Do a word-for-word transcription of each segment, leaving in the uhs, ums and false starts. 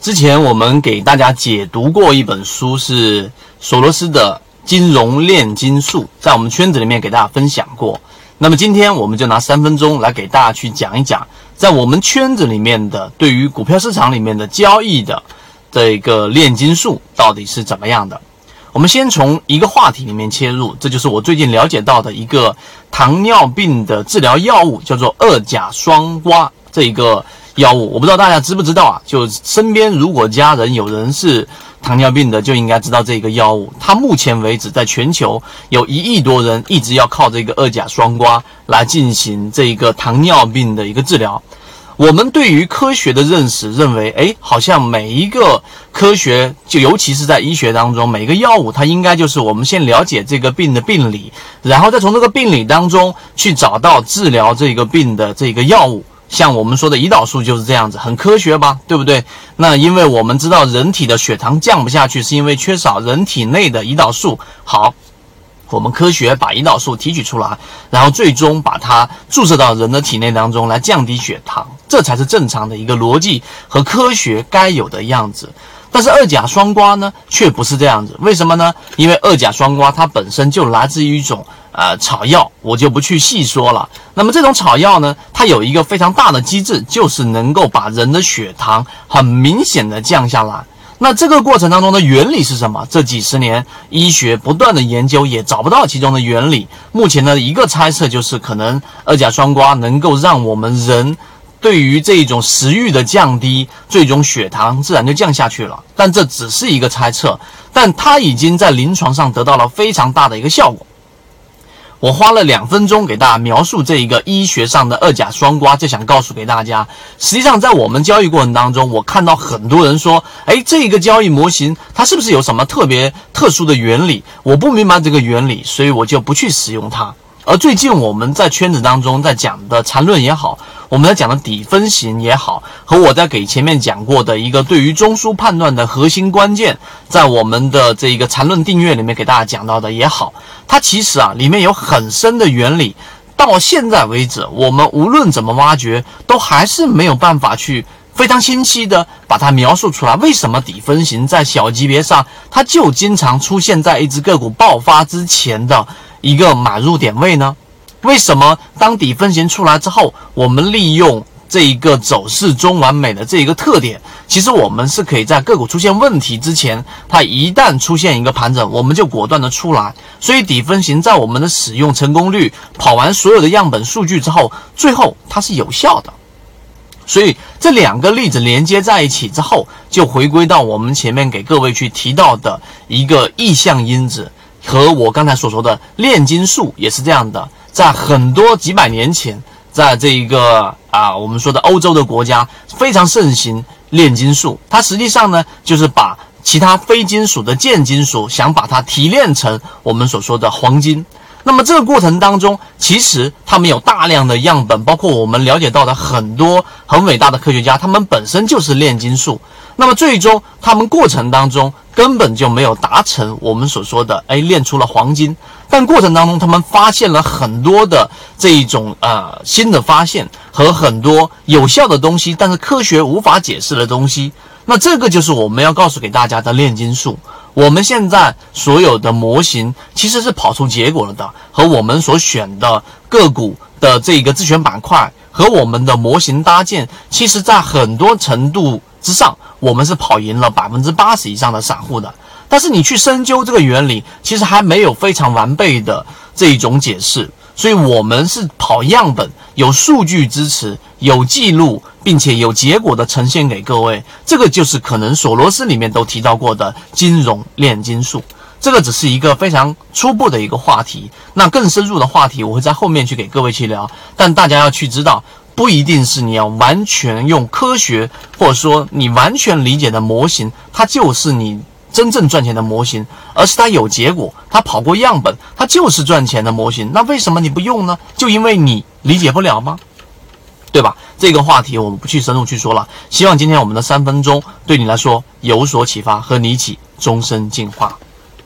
之前我们给大家解读过一本书，是索罗斯的《金融炼金术》，在我们圈子里面给大家分享过。那么今天我们就拿三分钟来给大家去讲一讲，在我们圈子里面的对于股票市场里面的交易的这个炼金术到底是怎么样的。我们先从一个话题里面切入，这就是我最近了解到的一个糖尿病的治疗药物，叫做二甲双胍这一个药物。我不知道大家知不知道啊，就身边如果家人有人是糖尿病的，就应该知道这个药物。它目前为止在全球有一亿多人一直要靠这个二甲双胍来进行这个糖尿病的一个治疗。我们对于科学的认识认为，诶，好像每一个科学，就尤其是在医学当中，每个药物它应该就是我们先了解这个病的病理，然后再从这个病理当中去找到治疗这个病的这个药物。像我们说的胰岛素就是这样子，很科学吧，对不对？那因为我们知道人体的血糖降不下去，是因为缺少人体内的胰岛素。好，我们科学把胰岛素提取出来，然后最终把它注射到人的体内当中来降低血糖，这才是正常的一个逻辑和科学该有的样子。但是二甲双胍呢，却不是这样子。为什么呢？因为二甲双胍它本身就来自于一种呃草药，我就不去细说了。那么这种草药呢，它有一个非常大的机制，就是能够把人的血糖很明显的降下来。那这个过程当中的原理是什么？这几十年医学不断的研究，也找不到其中的原理。目前的一个猜测就是，可能二甲双胍能够让我们人对于这种食欲的降低，最终血糖自然就降下去了。但这只是一个猜测，但它已经在临床上得到了非常大的一个效果。我花了两分钟给大家描述这一个医学上的二甲双胍，就想告诉给大家，实际上在我们交易过程当中，我看到很多人说，诶，这个交易模型它是不是有什么特别特殊的原理？我不明白这个原理，所以我就不去使用它。而最近我们在圈子当中在讲的缠论也好，我们在讲的底分型也好，和我在给前面讲过的一个对于中枢判断的核心关键，在我们的这个缠论订阅里面给大家讲到的也好，它其实啊里面有很深的原理，到现在为止我们无论怎么挖掘，都还是没有办法去非常清晰的把它描述出来。为什么底分型在小级别上它就经常出现在一只个股爆发之前的一个买入点位呢？为什么当底分型出来之后，我们利用这一个走势中完美的这一个特点，其实我们是可以在个股出现问题之前，它一旦出现一个盘整，我们就果断的出来。所以底分型在我们的使用成功率，跑完所有的样本数据之后，最后它是有效的。所以这两个例子连接在一起之后，就回归到我们前面给各位去提到的一个意向因子，和我刚才所说的炼金术也是这样的。在很多几百年前，在这一个啊我们说的欧洲的国家非常盛行炼金术，它实际上呢就是把其他非金属的贱金属想把它提炼成我们所说的黄金。那么这个过程当中，其实他们有大量的样本，包括我们了解到的很多很伟大的科学家，他们本身就是炼金术。那么最终他们过程当中根本就没有达成我们所说的哎炼出了黄金，但过程当中他们发现了很多的这一种呃新的发现和很多有效的东西，但是科学无法解释的东西。那这个就是我们要告诉给大家的炼金术。我们现在所有的模型其实是跑出结果了的，和我们所选的个股的这个自选板块和我们的模型搭建，其实在很多程度之上，我们是跑赢了 百分之八十 以上的散户的。但是你去深究这个原理，其实还没有非常完备的这一种解释。所以我们是跑样本，有数据支持，有记录，并且有结果的呈现给各位。这个就是可能索罗斯里面都提到过的金融炼金术。这个只是一个非常初步的一个话题，那更深入的话题我会在后面去给各位去聊。但大家要去知道，不一定是你要完全用科学，或者说你完全理解的模型，它就是你真正赚钱的模型，而是它有结果，它跑过样本，它就是赚钱的模型。那为什么你不用呢？就因为你理解不了吗？对吧？这个话题我们不去深入去说了。希望今天我们的三分钟对你来说有所启发，和你一起终身进化。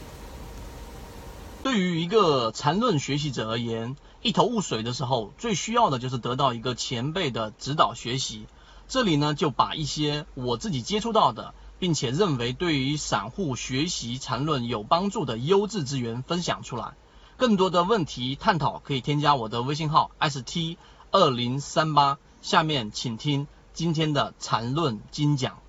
对于一个缠论学习者而言，一头雾水的时候，最需要的就是得到一个前辈的指导学习。 这里呢就把一些我自己接触到的，并且认为对于散户学习缠论有帮助的优质资源分享出来。更多的问题探讨可以添加我的微信号 S T 二零三八，下面请听今天的缠论精讲。